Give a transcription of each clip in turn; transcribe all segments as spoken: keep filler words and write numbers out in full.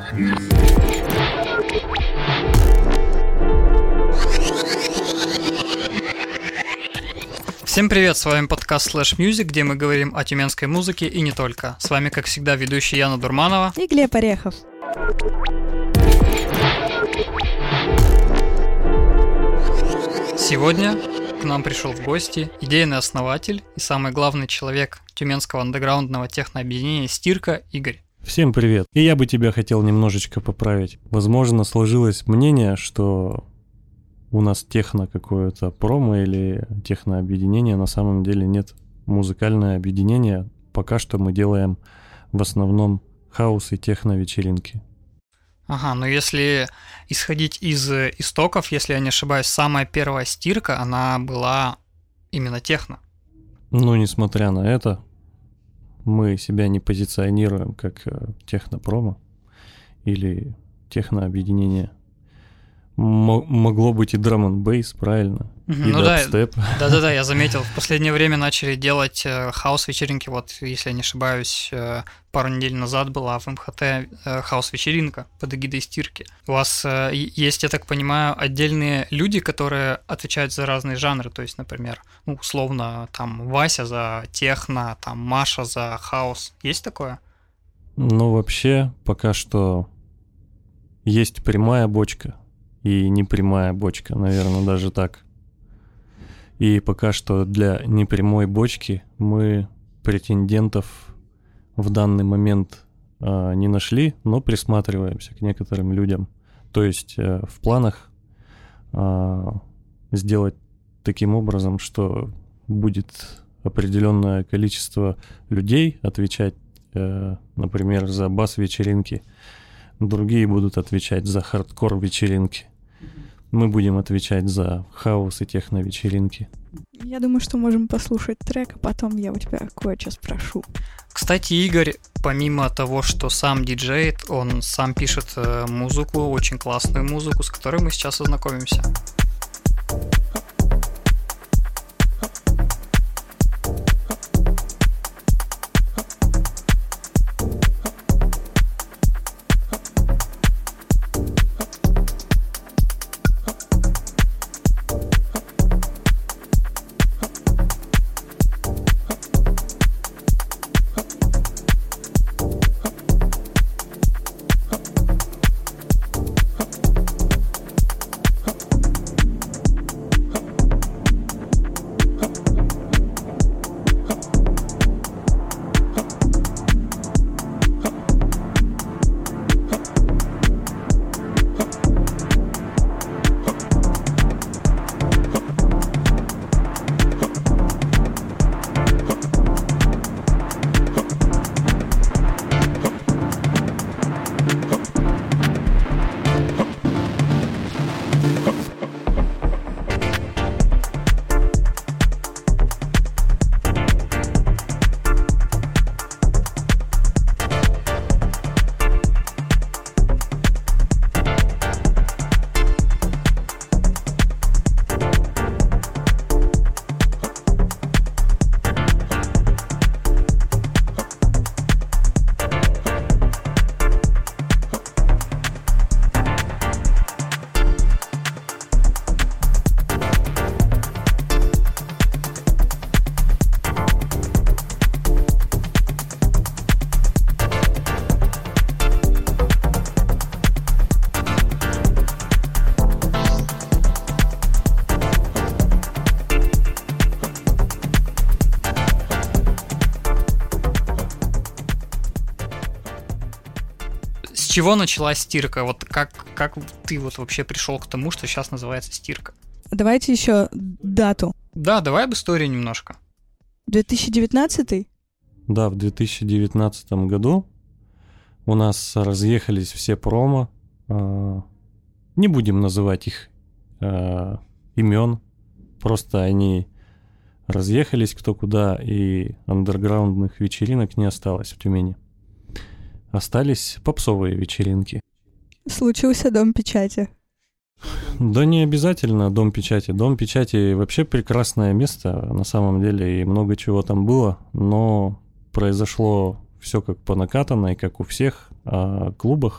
Всем привет, с вами подкаст Slash Music, где мы говорим о тюменской музыке и не только. С вами, как всегда, ведущий Яна Дурманова и Глеб Орехов. Сегодня к нам пришел в гости идейный основатель и самый главный человек тюменского андеграундного технообъединения «Стирка» Игорь. Всем привет. И я бы тебя хотел немножечко поправить. Возможно, сложилось мнение, что у нас техно какое-то промо или технообъединение. На самом деле нет. Музыкальное объединение. Пока что мы делаем в основном хаус и техно-вечеринки. Ага, но если исходить из истоков, если я не ошибаюсь, самая первая «Стирка», она была именно техно. Ну, несмотря на это, мы себя не позиционируем как техно-промо или техно-объединение. М- могло быть и драм-н-бейс, правильно? Mm-hmm, и ну дабстеп. Да-да-да, я заметил. В последнее время начали делать э, хаус-вечеринки. Вот, если я не ошибаюсь, э, пару недель назад была в эм ха тэ э, хаус-вечеринка под эгидой «Стирки». У вас э, есть, я так понимаю, отдельные люди, которые отвечают за разные жанры. То есть, например, ну, условно, там Вася за техно, там Маша за хаус. Есть такое? Ну, вообще, пока что есть прямая бочка и непрямая бочка, наверное, даже так. И пока что для непрямой бочки мы претендентов в данный момент э, не нашли, но присматриваемся к некоторым людям. То есть э, в планах э, сделать таким образом, что будет определенное количество людей отвечать, э, например, за бас-вечеринки, другие будут отвечать за хардкор-вечеринки. Мы будем отвечать за хаос и техно-вечеринки. Я думаю, что можем послушать трек, а потом я у тебя кое-что спрошу. Кстати, Игорь, помимо того, что сам диджеет, он сам пишет музыку, очень классную музыку, с которой мы сейчас ознакомимся. С чего началась «Стирка»? Вот как, как ты вот вообще пришел к тому, что сейчас называется «Стирка»? Давайте еще дату. Да, давай об истории немножко. две тысячи девятнадцатый? Да, в две тысячи девятнадцатом году у нас разъехались все промо. Не будем называть их имен, просто они разъехались кто куда, и андерграундных вечеринок не осталось в Тюмени. Остались попсовые вечеринки. Случился Дом печати. Да не обязательно Дом печати. Дом печати вообще прекрасное место, на самом деле, и много чего там было, но произошло все как по накатанной, как у всех. О клубах в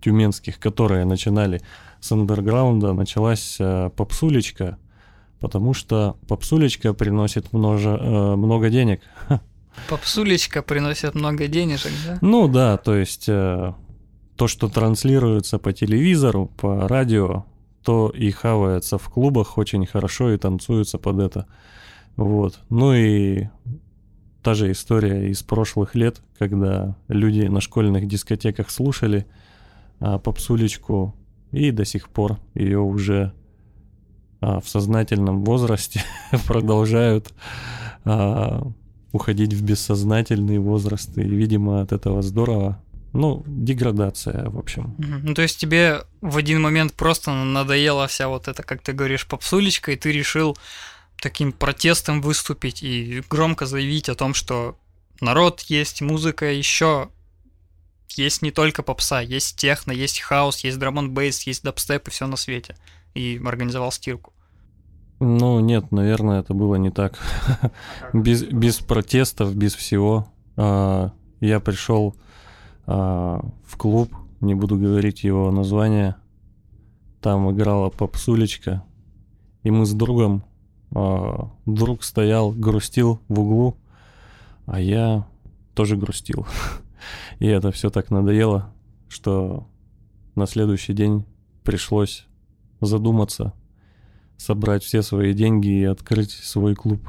тюменских, которые начинали с андерграунда, началась э, попсулечка, потому что попсулечка приносит множе, э, много денег. Попсулечка приносит много денежек, да? Ну да, то есть э, то, что транслируется по телевизору, по радио, то и хавается в клубах очень хорошо и танцуется под это. Вот. Ну и та же история из прошлых лет, когда люди на школьных дискотеках слушали а, попсулечку, и до сих пор ее уже а, в сознательном возрасте продолжают а, уходить в бессознательный возраст. И, видимо, от этого здорово. Ну, деградация, в общем. Uh-huh. Ну, то есть тебе в один момент просто надоела вся вот эта, как ты говоришь, попсулечка, и ты решил таким протестом выступить и громко заявить о том, что народ есть, музыка еще есть не только попса, есть техно, есть хаус, есть драм-н-бейс, есть дабстеп и все на свете. И организовал стирку. Ну, нет, наверное, это было не так. без, без протестов, без всего. А, я пришел а, в клуб, не буду говорить его название. Там играла попсулечка, и мы с другом а, друг стоял, грустил в углу, а я тоже грустил. И это все так надоело, что на следующий день пришлось задуматься, собрать все свои деньги и открыть свой клуб.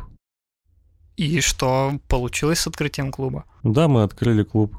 И что получилось с открытием клуба? Да, мы открыли клуб.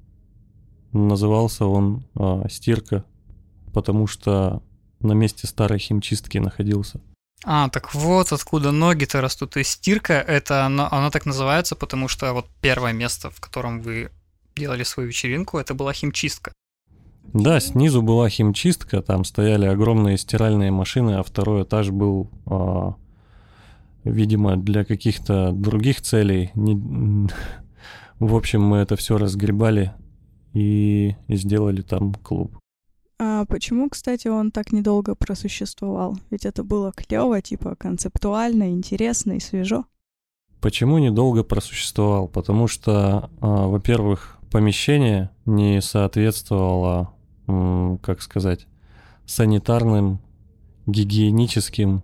Назывался он а, «Стирка», потому что на месте старой химчистки находился. А, так вот откуда ноги-то растут. И стирка, это оно, оно так называется, потому что вот первое место, в котором вы делали свою вечеринку, это была химчистка. Да, снизу была химчистка, там стояли огромные стиральные машины, а второй этаж был, а, видимо, для каких-то других целей. Не... В общем, мы это все разгребали и сделали там клуб. А почему, кстати, он так недолго просуществовал? Ведь это было клево, типа концептуально, интересно и свежо. Почему недолго просуществовал? Потому что, а, во-первых, помещение не соответствовало, м, как сказать, санитарным, гигиеническим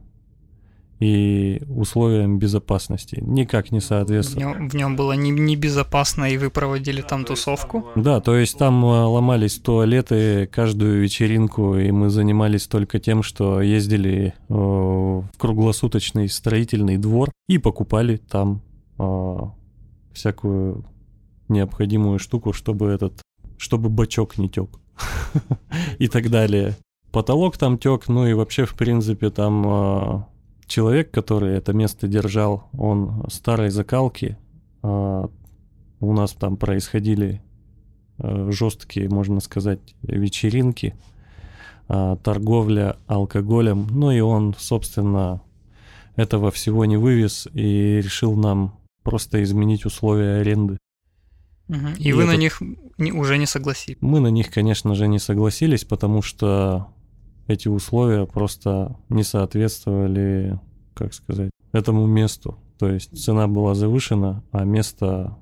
и условиям безопасности. Никак не В соответствовало. нем, в нем было не- небезопасно, и вы проводили там тусовку? Да, то есть там а, ломались туалеты каждую вечеринку, и мы занимались только тем, что ездили э, в круглосуточный строительный двор и покупали там э, всякую необходимую штуку, чтобы этот, чтобы бачок не тек и так далее. Потолок там тек, ну и вообще, в принципе, там э, человек, который это место держал, он старой закалки. Э, у нас там происходили э, жесткие, можно сказать, вечеринки, э, торговля алкоголем. Ну и он, собственно, этого всего не вывез и решил нам просто изменить условия аренды. Угу. И, и вы это... на них не, уже не согласились? Мы на них, конечно же, не согласились, потому что эти условия просто не соответствовали, как сказать, этому месту. То есть цена была завышена, а место,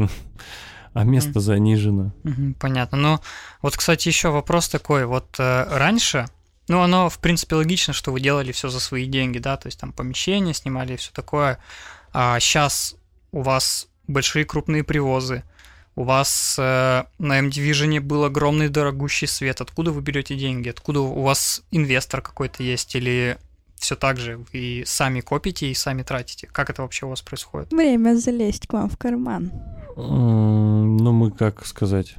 а место mm. занижено. Mm-hmm, понятно. Ну, вот, кстати, еще вопрос такой. Вот э, раньше, ну, оно, в принципе, логично, что вы делали все за свои деньги, да, то есть там помещения снимали и все такое. А сейчас у вас большие крупные привозы. У вас э, на M-Division был огромный дорогущий свет. Откуда вы берете деньги? Откуда у вас инвестор какой-то есть? Или все так же вы сами копите и сами тратите? Как это вообще у вас происходит? Время залезть к вам в карман. Ну, мы, как сказать,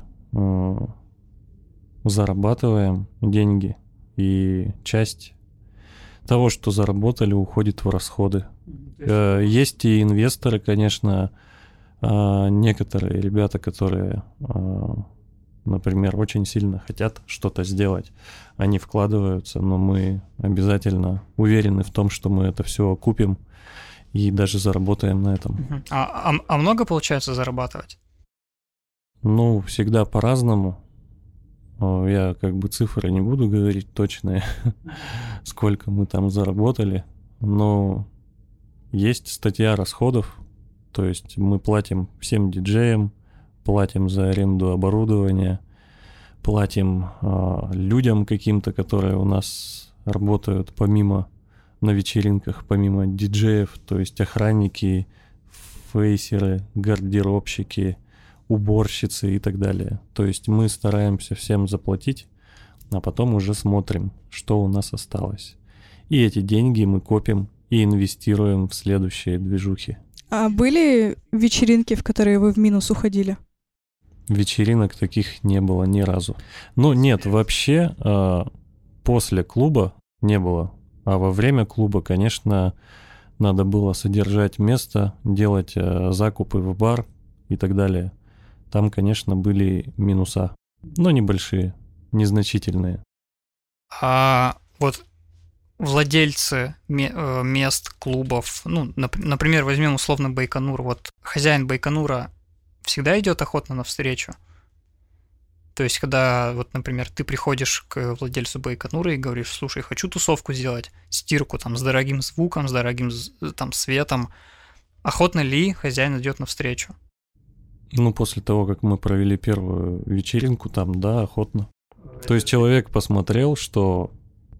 зарабатываем деньги. И часть того, что заработали, уходит в расходы. Есть и инвесторы, конечно. Некоторые ребята, которые, например, очень сильно хотят что-то сделать, они вкладываются, но мы обязательно уверены в том, что мы это все окупим и даже заработаем на этом. А, а, а много получается зарабатывать? Ну, всегда по-разному. Я как бы цифры не буду говорить точные, сколько мы там заработали, но есть статья расходов. То есть мы платим всем диджеям, платим за аренду оборудования, платим э, людям каким-то, которые у нас работают помимо на вечеринках, помимо диджеев, то есть охранники, фейсеры, гардеробщики, уборщицы и так далее. То есть мы стараемся всем заплатить, а потом уже смотрим, что у нас осталось. И эти деньги мы копим и инвестируем в следующие движухи. А были вечеринки, в которые вы в минус уходили? Вечеринок таких не было ни разу. Ну нет, вообще э, после клуба не было. А во время клуба, конечно, надо было содержать место, делать э, закупы в бар и так далее. Там, конечно, были минуса, но небольшие, незначительные. А вот владельцы мест, клубов, ну, например, возьмем условно Байконур, вот хозяин Байконура всегда идет охотно навстречу. То есть, когда, вот, например, ты приходишь к владельцу Байконура и говоришь: слушай, хочу тусовку сделать, стирку там с дорогим звуком, с дорогим там светом, охотно ли хозяин идет навстречу? Ну, после того, как мы провели первую вечеринку там, да, охотно. То есть человек посмотрел, что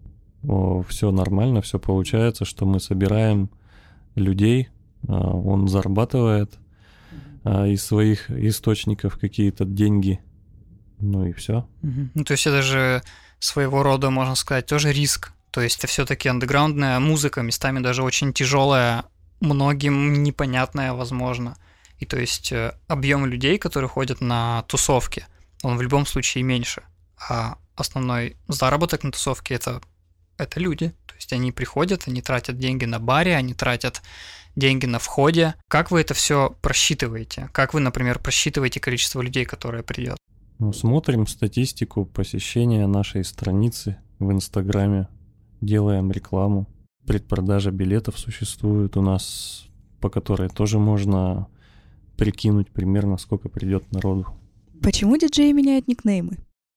все нормально, все получается, что мы собираем людей, он зарабатывает из своих источников какие-то деньги, ну и все. Угу. Ну, то есть это же своего рода, можно сказать, тоже риск. То есть это все-таки андеграундная музыка, местами даже очень тяжелая, многим непонятная, возможно. И то есть объем людей, которые ходят на тусовки, он в любом случае меньше. А основной заработок на тусовке это, это люди. То есть они приходят, они тратят деньги на баре, они тратят деньги на входе. Как вы это все просчитываете? Как вы, например, просчитываете количество людей, которое придет? Ну, смотрим статистику посещения нашей страницы в Инстаграме, делаем рекламу. Предпродажа билетов существует у нас, по которой тоже можно прикинуть примерно, сколько придет народу. Почему диджеи меняют никнеймы?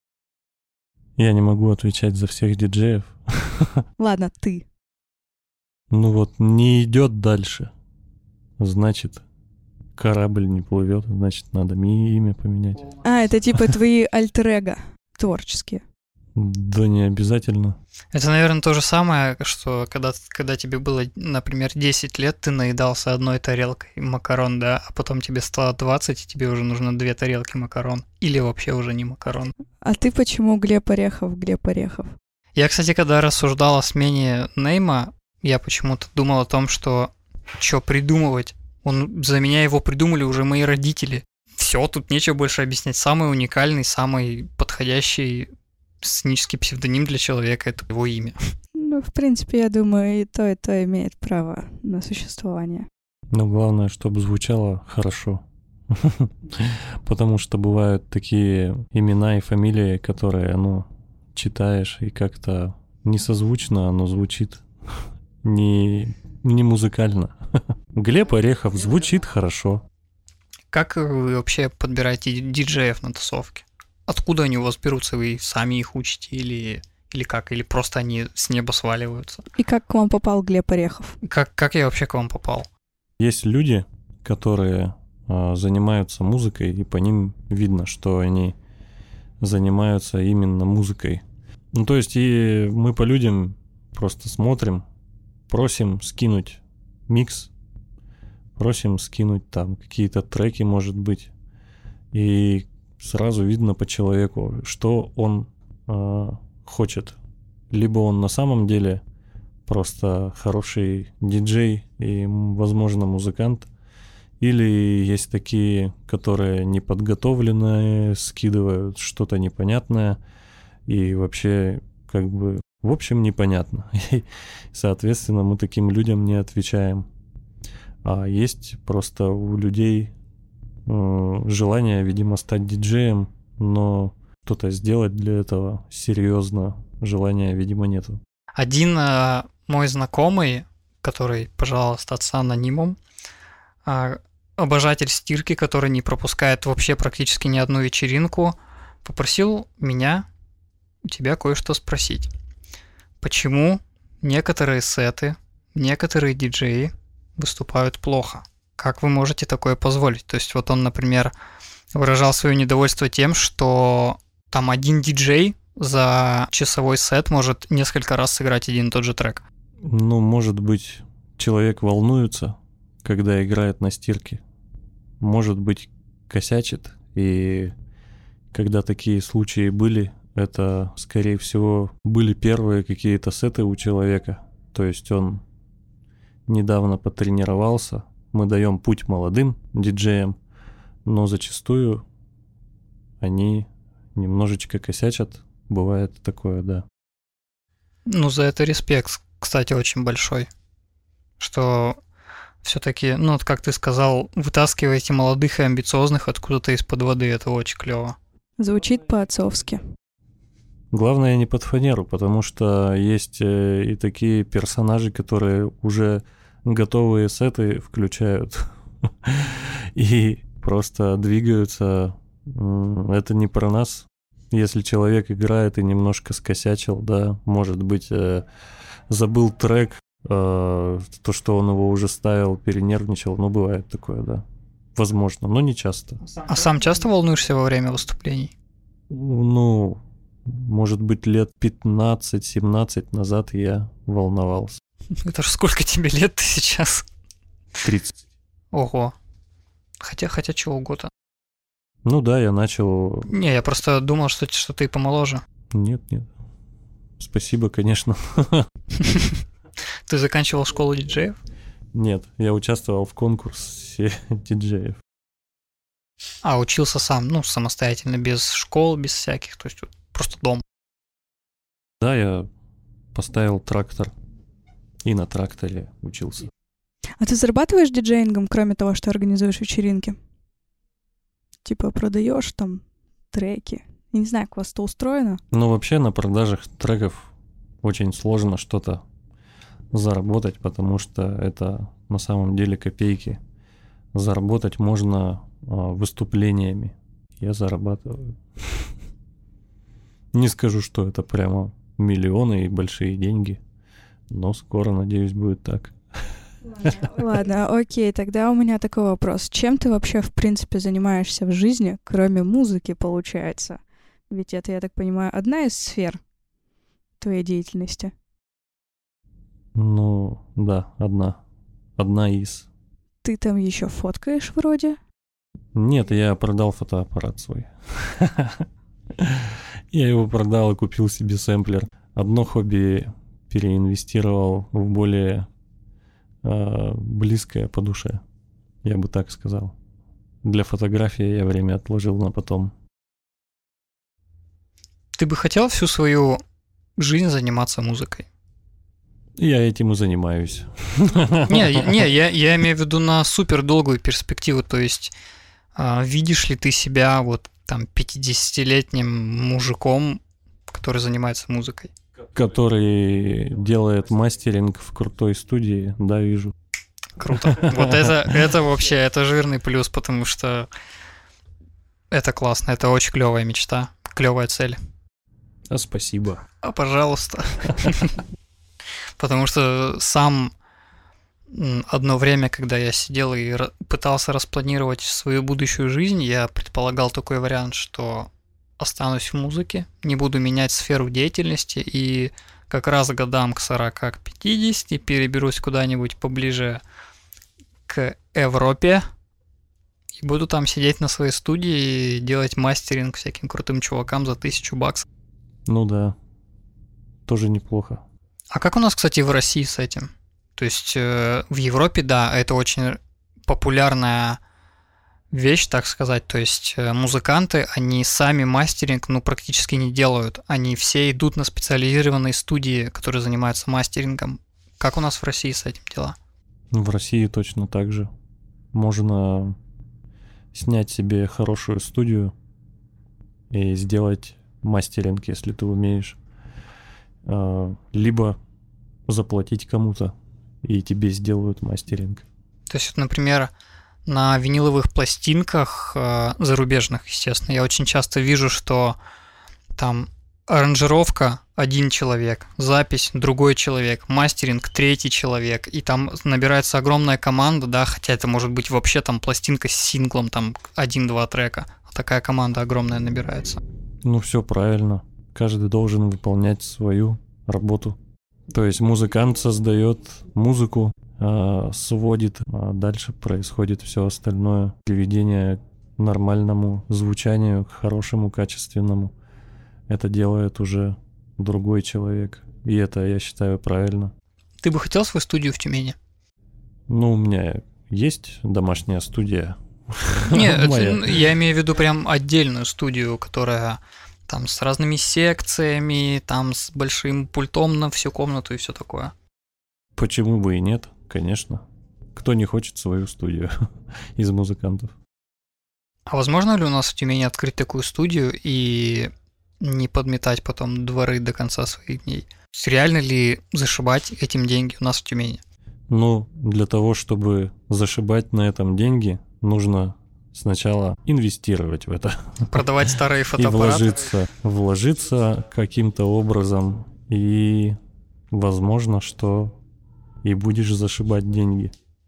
Я не могу отвечать за всех диджеев. Ладно, ты. Ну вот, не идет дальше. Значит, корабль не плывет, значит, надо мне имя поменять. А, это типа твои альтер-эго творческие. Да не обязательно. Это, наверное, то же самое, что когда, когда тебе было, например, десять лет, ты наедался одной тарелкой макарон, да, а потом тебе стало двадцать, и тебе уже нужно две тарелки макарон. Или вообще уже не макарон. А ты почему Глеб Орехов, Глеб Орехов? Я, кстати, когда рассуждал о смене нейма, я почему-то думал о том, что что придумывать? Он, за меня его придумали уже мои родители. Все, тут нечего больше объяснять. Самый уникальный, самый подходящий сценический псевдоним для человека — это его имя. Ну, в принципе, я думаю, и то, и то имеет право на существование. Но главное, чтобы звучало хорошо. Потому что бывают такие имена и фамилии, которые, ну, читаешь, и как-то несозвучно оно звучит. Не, не музыкально. Глеб Орехов звучит хорошо. Как вы вообще подбираете диджеев на тусовке? Откуда они у вас берутся? Вы сами их учите или, или как? Или просто они с неба сваливаются? И как к вам попал Глеб Орехов? Как, как я вообще к вам попал? Есть люди, которые э, занимаются музыкой, и по ним видно, что они занимаются именно музыкой. Ну, то есть и мы по людям просто смотрим, просим скинуть микс, просим скинуть там какие-то треки, может быть, и сразу видно по человеку, что он э, хочет. Либо он на самом деле просто хороший диджей и, возможно, музыкант, или есть такие, которые неподготовленные, скидывают что-то непонятное, и вообще, как бы, в общем, непонятно. И, соответственно, мы таким людям не отвечаем. А есть просто у людей желание, видимо, стать диджеем, но что-то сделать для этого серьезно желания, видимо, нету. Один э, мой знакомый, который пожелал остаться анонимом, э, обожатель стирки, который не пропускает вообще практически ни одну вечеринку, попросил меня у тебя кое-что спросить. Почему некоторые сеты, некоторые диджеи выступают плохо? Как вы можете такое позволить? То есть вот он, например, выражал свое недовольство тем, что там один диджей за часовой сет может несколько раз сыграть один и тот же трек. Ну, может быть, человек волнуется, когда играет на стирке. Может быть, косячит. И когда такие случаи были, это, скорее всего, были первые какие-то сеты у человека. То есть он недавно потренировался. Мы даем путь молодым диджеям, но зачастую они немножечко косячат. Бывает такое, да. Ну, за это респект, кстати, очень большой. Что все-таки, ну, вот как ты сказал, вытаскиваете молодых и амбициозных откуда-то из-под воды. Это очень клево. Звучит по-отцовски. Главное не под фанеру, потому что есть и такие персонажи, которые уже готовые сеты включают и просто двигаются. Это не про нас. Если человек играет и немножко скосячил, да, может быть, э, забыл трек, э, то, что он его уже ставил, перенервничал, ну, бывает такое, да. Возможно, но не часто. А сам часто волнуешься во время выступлений? Ну, может быть, лет пятнадцать-семнадцать назад я волновался. Это ж сколько тебе лет ты сейчас? тридцать. Ого. Хотя, хотя чего угодно. Ну да, я начал... Не, я просто думал, что, что ты помоложе. Нет, нет. Спасибо, конечно. Ты заканчивал школу диджеев? Нет, я участвовал в конкурсе диджеев. А, учился сам, ну, самостоятельно, без школ, без всяких, то есть вот, просто дом. Да, я поставил трактор и на тракторе учился. А ты зарабатываешь диджеингом, кроме того, что организуешь вечеринки? Типа продаешь там треки? Я не знаю, как у вас это устроено. Ну, вообще на продажах треков очень сложно что-то заработать, потому что это на самом деле копейки. Заработать можно а, выступлениями. Я зарабатываю. Не скажу, что это прямо миллионы и большие деньги, но скоро, надеюсь, будет так. Ладно, окей, тогда у меня такой вопрос. Чем ты вообще, в принципе, занимаешься в жизни, кроме музыки, получается? Ведь это, я так понимаю, одна из сфер твоей деятельности. Ну, да, одна. Одна из. Ты там еще фоткаешь вроде? Нет, я продал фотоаппарат свой. Я его продал и купил себе сэмплер. Одно хобби переинвестировал в более э, близкое по душе, я бы так сказал. Для фотографии я время отложил на потом. Ты бы хотел всю свою жизнь заниматься музыкой? Я этим и занимаюсь. Не, не, я, я имею в виду на супер долгую перспективу, то есть э, видишь ли ты себя вот там пятидесятилетним мужиком, который занимается музыкой? Который делает мастеринг в крутой студии, да, вижу. Круто. Вот это, это вообще, это жирный плюс, потому что это классно, это очень клевая мечта, клевая цель. А спасибо. А, пожалуйста. Потому что сам одно время, когда я сидел и пытался распланировать свою будущую жизнь, я предполагал такой вариант, что останусь в музыке, не буду менять сферу деятельности и как раз годам к сорока, к пятидесяти переберусь куда-нибудь поближе к Европе и буду там сидеть на своей студии и делать мастеринг всяким крутым чувакам за тысячу баксов. Ну да, тоже неплохо. А как у нас, кстати, в России с этим? То есть э, в Европе, да, это очень популярная вещь, так сказать. То есть э, музыканты, они сами мастеринг, ну, практически не делают. Они все идут на специализированные студии, которые занимаются мастерингом. Как у нас в России с этим дела? В России точно так же. Можно снять себе хорошую студию и сделать мастеринг, если ты умеешь. Либо заплатить кому-то, и тебе сделают мастеринг. То есть, вот, например, на виниловых пластинках э, зарубежных, естественно, я очень часто вижу, что там аранжировка один человек, запись другой человек, мастеринг третий человек, и там набирается огромная команда, да, хотя это может быть вообще там пластинка с синглом, там один-два трека, а такая команда огромная набирается. Ну, все правильно. Каждый должен выполнять свою работу. То есть музыкант создает музыку, э, сводит, а дальше происходит все остальное. Приведение к нормальному звучанию, к хорошему, качественному. Это делает уже другой человек. И это, я считаю, правильно. Ты бы хотел свою студию в Тюмени? Ну, у меня есть домашняя студия. Нет, я имею в виду прям отдельную студию, которая там с разными секциями, там с большим пультом на всю комнату и все такое. Почему бы и нет, конечно. Кто не хочет свою студию из музыкантов? А возможно ли у нас в Тюмени открыть такую студию и не подметать потом дворы до конца своих дней? Реально ли зашибать этим деньги у нас в Тюмени? Ну, для того, чтобы зашибать на этом деньги, нужно сначала инвестировать в это. Продавать старые фотоаппараты. И вложиться, вложиться каким-то образом, и возможно, что и будешь зашибать деньги.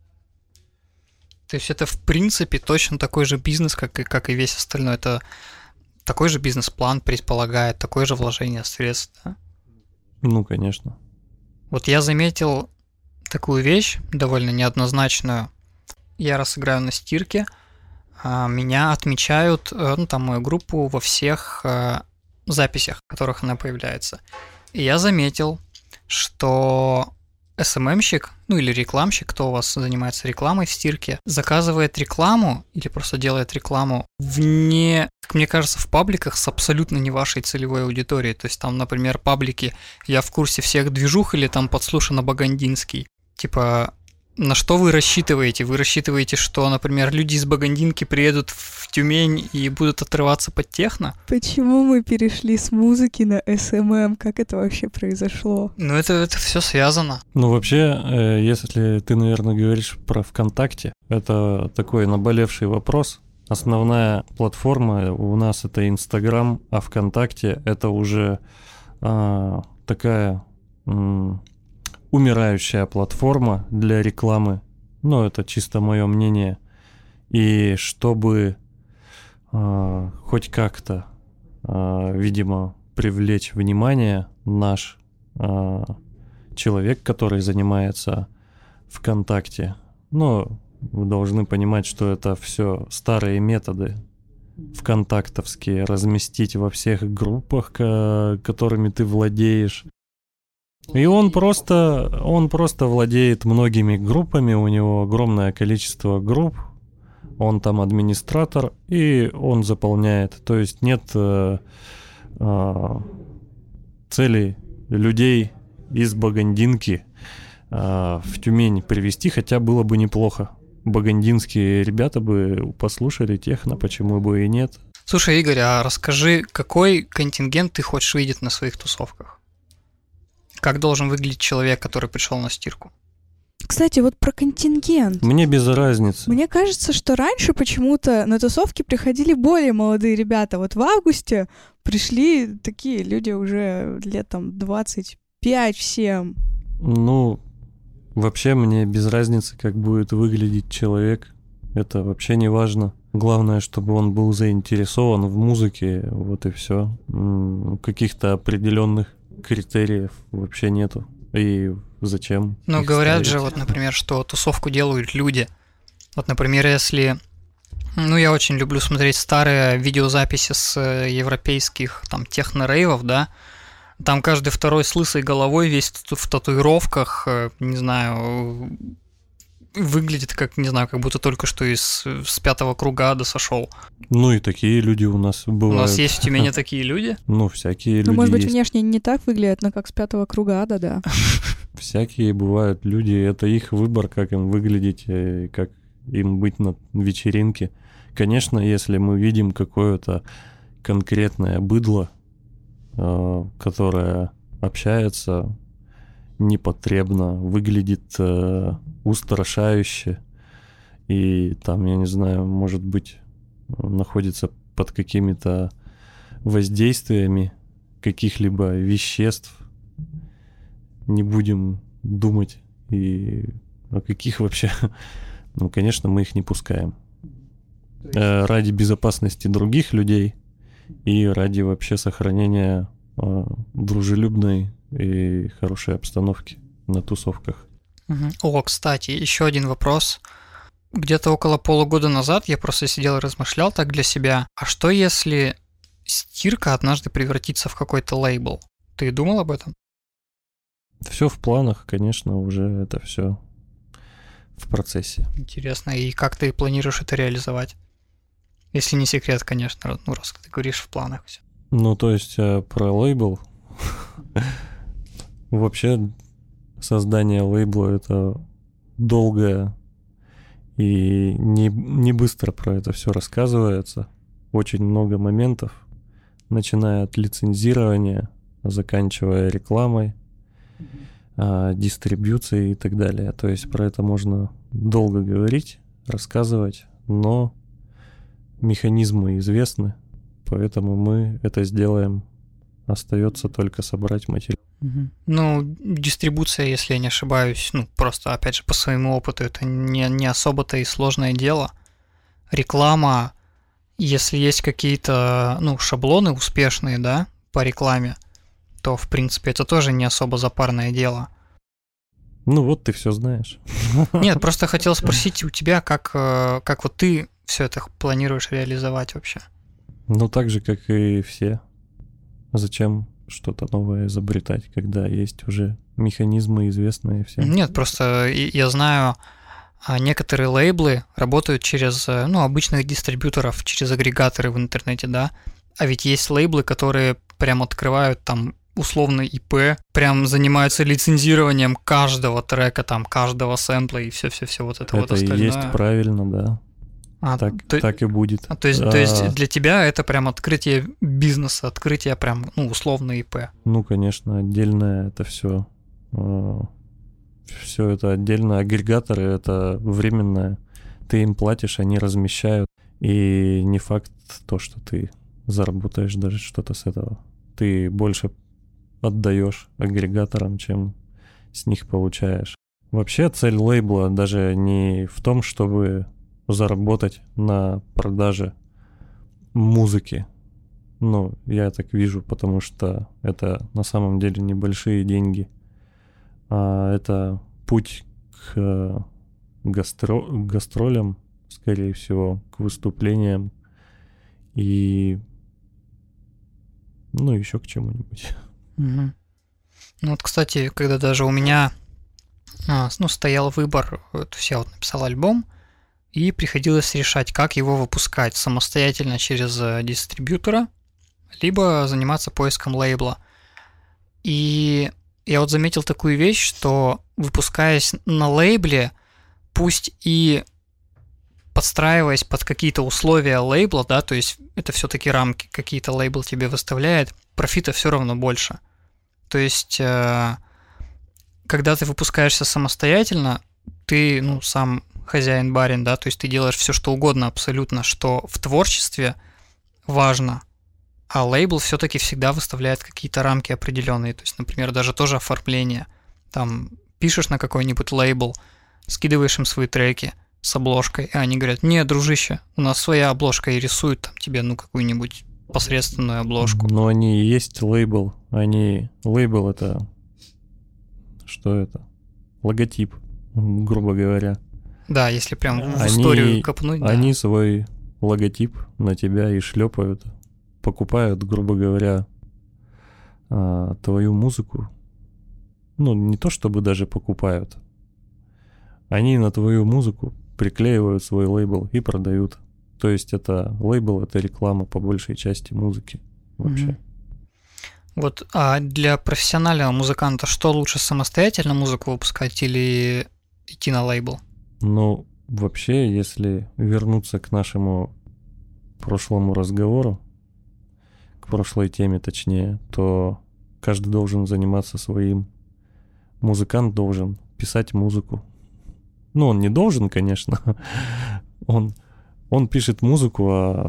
То есть это в принципе точно такой же бизнес, как и, как и весь остальной. Это такой же бизнес-план предполагает, такое же вложение средств, да? Ну, конечно. Вот я заметил такую вещь, довольно неоднозначную. Я раз играю на стирке, меня отмечают, ну, там, мою группу во всех записях, в которых она появляется. И я заметил, что эс эм эм-щик, ну или рекламщик, кто у вас занимается рекламой в стирке, заказывает рекламу или просто делает рекламу вне, как мне кажется, в пабликах с абсолютно не вашей целевой аудиторией. То есть там, например, паблики «Я в курсе всех движух» или там «Подслушано Багандинский». Типа, на что вы рассчитываете? Вы рассчитываете, что, например, люди из Багандинки приедут в Тюмень и будут отрываться под техно? Почему мы перешли с музыки на эс эм эм? Как это вообще произошло? Ну, это, это все связано. Ну, вообще, если ты, наверное, говоришь про ВКонтакте, это такой наболевший вопрос. Основная платформа у нас это Инстаграм, а ВКонтакте это уже а, такая... М- умирающая платформа для рекламы. Ну, это чисто мое мнение. И чтобы э, хоть как-то, э, видимо, привлечь внимание, наш э, человек, который занимается ВКонтакте, ну, вы должны понимать, что это все старые методы вконтактовские, разместить во всех группах, ко- которыми ты владеешь. И он просто, он просто владеет многими группами, у него огромное количество групп, он там администратор, и он заполняет. То есть нет э, э, цели людей из Багандинки э, в Тюмень привезти, хотя было бы неплохо. Багандинские ребята бы послушали техно, почему бы и нет. Слушай, Игорь, а расскажи, какой контингент ты хочешь видеть на своих тусовках? Как должен выглядеть человек, который пришел на стирку? Кстати, вот про контингент. Мне без разницы. Мне кажется, что раньше почему-то на тусовки приходили более молодые ребята. Вот в августе пришли такие люди уже лет там двадцать пять всем. Ну, вообще мне без разницы, как будет выглядеть человек. Это вообще не важно. Главное, чтобы он был заинтересован в музыке, вот и все. Каких-то определенных критериев вообще нету. И зачем? Ну, говорят ставить? же, вот, например, что тусовку делают люди. Вот, например, если... Ну, я очень люблю смотреть старые видеозаписи с европейских, там, техно-рейвов, да. Там каждый второй с лысой головой, весь в татуировках, не знаю... Выглядит как, не знаю, как будто только что из с пятого круга ада сошел. Ну и такие люди у нас бывают. У нас есть в Тюмени такие люди? Ну, всякие люди Ну, может быть, есть. внешне не так выглядят, но как с пятого круга ада, да. Всякие бывают люди, это их выбор, как им выглядеть, как им быть на вечеринке. Конечно, если мы видим какое-то конкретное быдло, которое общается непотребно, выглядит э, устрашающе и там, я не знаю, может быть, находится под какими-то воздействиями каких-либо веществ. Не будем думать и о каких вообще... Ну, конечно, мы их не пускаем. Э, ради безопасности других людей и ради вообще сохранения э, дружелюбной и хорошей обстановки на тусовках. Угу. О, кстати, еще один вопрос. Где-то около полугода назад я просто сидел и размышлял так для себя. А что если стирка однажды превратится в какой-то лейбл? Ты думал об этом? Все в планах, конечно, уже это все в процессе. Интересно. И как ты планируешь это реализовать? Если не секрет, конечно, ну раз ты говоришь в планах все. Ну, то есть про лейбл. Вообще создание лейбла — это долгое и не, не быстро про это все рассказывается. Очень много моментов, начиная от лицензирования, заканчивая рекламой, mm-hmm. дистрибьюцией и так далее. То есть про это можно долго говорить, рассказывать, но механизмы известны, поэтому мы это сделаем. Остается только собрать материал. Угу. Ну, дистрибуция, если я не ошибаюсь, ну, просто, опять же, по своему опыту, это не, не особо-то и сложное дело. Реклама, если есть какие-то, ну, шаблоны успешные, да, по рекламе, то, в принципе, это тоже не особо запарное дело. Ну, вот ты все знаешь. Нет, просто хотел спросить у тебя, как, как вот ты все это планируешь реализовать вообще? Ну, так же, как и все. Зачем что-то новое изобретать, когда есть уже механизмы известные всем? Нет, просто я знаю, некоторые лейблы работают через, ну, обычных дистрибьюторов, через агрегаторы в интернете, да, а ведь есть лейблы, которые прям открывают там условно и пэ, прям занимаются лицензированием каждого трека, там, каждого сэмпла и все-все-все вот это, это вот остальное. Это и есть правильно, да. А, так, то, так и будет. А, то, есть, а, то есть для тебя это прям открытие бизнеса, открытие прям, ну, условно ИП. Ну, конечно, отдельное это все. Все это отдельно. Агрегаторы — это временное. Ты им платишь, они размещают. И не факт то, что ты заработаешь даже что-то с этого. Ты больше отдаешь агрегаторам, чем с них получаешь. Вообще цель лейбла даже не в том, чтобы заработать на продаже музыки. Ну, я так вижу, потому что это на самом деле небольшие деньги. А это путь к гастро... гастролям, скорее всего, к выступлениям и, ну, еще к чему-нибудь. Угу. Ну вот, кстати, когда даже у меня а, ну, стоял выбор, то есть я вот написал альбом, и приходилось решать, как его выпускать самостоятельно через дистрибьютора, либо заниматься поиском лейбла. И я вот заметил такую вещь, что выпускаясь на лейбле, пусть и подстраиваясь под какие-то условия лейбла, да, то есть это все-таки рамки какие-то лейбл тебе выставляет, профита все равно больше. То есть, когда ты выпускаешься самостоятельно, ты, ну, сам хозяин барин, да, то есть ты делаешь все, что угодно абсолютно, что в творчестве важно, а лейбл все-таки всегда выставляет какие-то рамки определенные, то есть, например, даже тоже оформление, там, пишешь на какой-нибудь лейбл, скидываешь им свои треки с обложкой, и они говорят: не, дружище, у нас своя обложка, и рисуют там тебе, ну, какую-нибудь посредственную обложку. Но они и есть лейбл, они, лейбл — это, что это? Логотип, грубо говоря. Да, если прям в они, историю копнуть. Они да. свой логотип на тебя и шлепают, покупают, грубо говоря, твою музыку. Ну, не то чтобы даже покупают. Они на твою музыку приклеивают свой лейбл и продают. То есть это лейбл, это реклама по большей части музыки вообще. Mm-hmm. Вот, а для профессионального музыканта что лучше, самостоятельно музыку выпускать или идти на лейбл? Ну, вообще, если вернуться к нашему прошлому разговору, к прошлой теме точнее, то каждый должен заниматься своим. Музыкант должен писать музыку. Ну, он не должен, конечно. он, он пишет музыку, а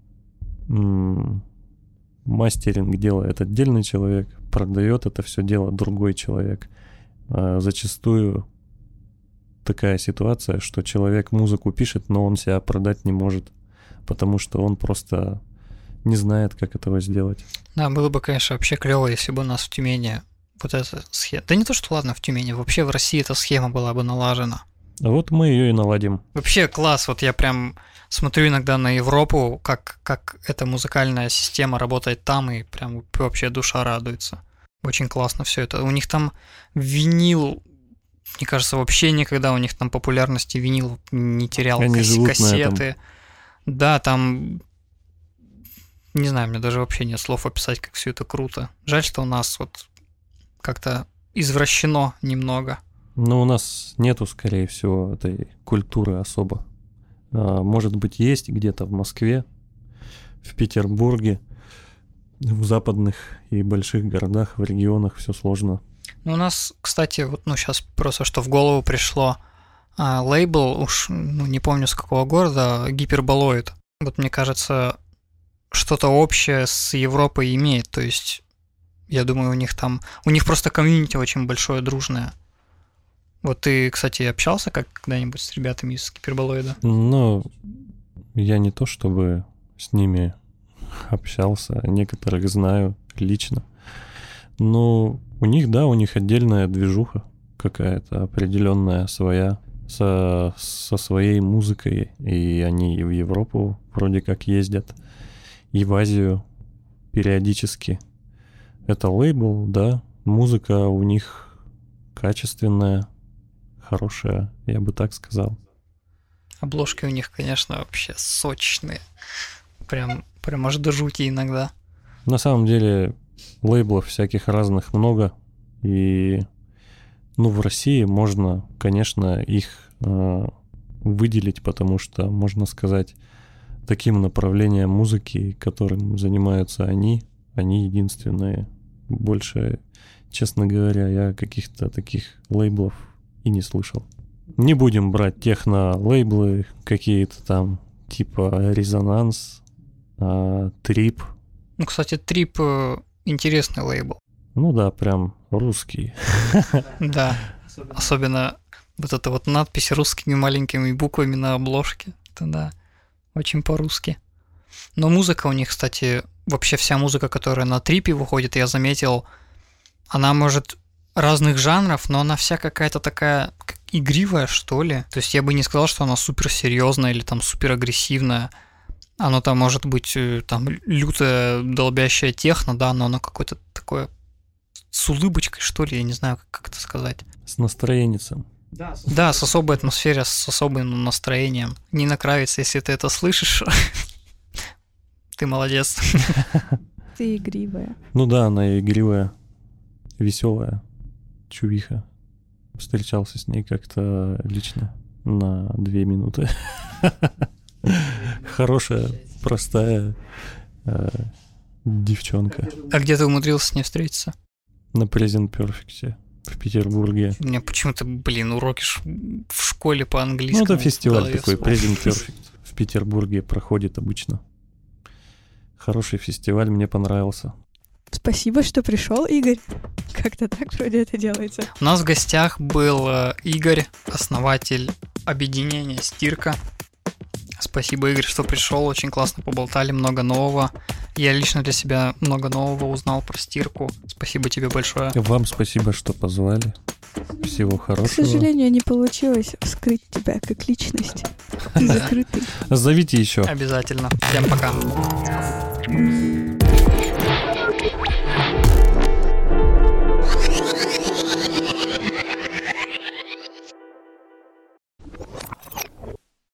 м- мастеринг делает отдельный человек, продает это все дело другой человек. А зачастую такая ситуация, что человек музыку пишет, но он себя продать не может, потому что он просто не знает, как этого сделать. Да, было бы, конечно, вообще клево, если бы у нас в Тюмени вот эта схема... Да не то, что ладно в Тюмени, вообще в России эта схема была бы налажена. А вот мы ее и наладим. Вообще класс, вот я прям смотрю иногда на Европу, как, как эта музыкальная система работает там, и прям вообще душа радуется. Очень классно все это. У них там винил, мне кажется, вообще никогда у них там популярности винил не терял. Они Кас- живут кассеты. на этом. Да, там... Не знаю, мне даже вообще нет слов описать, как все это круто. Жаль, что у нас вот как-то извращено немного. Но у нас нету, скорее всего, этой культуры особо. А, может быть, есть где-то в Москве, в Петербурге, в западных и больших городах, в регионах все сложно. Ну, у нас, кстати, вот, ну, сейчас просто что в голову пришло, а, лейбл, уж, ну, не помню с какого города, Гиперболоид. Вот, мне кажется, что-то общее с Европой имеет, то есть, я думаю, у них там, у них просто комьюнити очень большое, дружное. Вот ты, кстати, общался как когда-нибудь с ребятами из Гиперболоида? Ну, я не то чтобы с ними общался, некоторых знаю лично. Но у них, да, у них отдельная движуха какая-то определенная своя, со, со своей музыкой. И они и в Европу вроде как ездят, и в Азию периодически. Это лейбл, да, музыка у них качественная, хорошая, я бы так сказал. Обложки у них, конечно, вообще сочные. Прям, прям аж до жути иногда. На самом деле лейблов всяких разных много, и ну, в России можно, конечно, их э, выделить, потому что, можно сказать, таким направлением музыки, которым занимаются они, они единственные. Больше, честно говоря, я каких-то таких лейблов и не слышал. Не будем брать техно-лейблы какие-то там, типа Резонанс, а, Трип. Ну, кстати, Трип интересный лейбл. Ну да, прям русский. Да, особенно вот эта вот надпись русскими маленькими буквами на обложке. Это да, очень по-русски. Но музыка у них, кстати, вообще вся музыка, которая на Трипе выходит, я заметил, она может разных жанров, но она вся какая-то такая как игривая, что ли. То есть я бы не сказал, что она суперсерьезная или там супер агрессивная. Оно там может быть там лютое долбящее техно, да, но оно какое-то такое с улыбочкой, что ли, я не знаю, как, как это сказать. С настроенницем. Да, с, да, с особой атмосферой, с особым настроением. Нина Кравец, если ты это слышишь, ты молодец. Ты игривая. Ну да, она игривая, веселая, чувиха. Встречался с ней как-то лично на две минуты. Хорошая, простая э, девчонка. А где ты умудрился с ней встретиться? На Present Perfect в Петербурге. У меня почему-то, блин, уроки ш... в школе по английскому. Ну, это фестиваль такой, вспомнил. Present Perfect в Петербурге проходит обычно. Хороший фестиваль, мне понравился. Спасибо, что пришел, Игорь. Как-то так вроде это делается. У нас в гостях был Игорь, основатель объединения «Стирка». Спасибо, Игорь, что пришел. Очень классно поболтали, много нового. Я лично для себя много нового узнал про стирку. Спасибо тебе большое. Вам спасибо, что позвали. Всего хорошего. К сожалению, не получилось вскрыть тебя как личность. Ты закрытый. Зовите еще. Обязательно. Всем пока.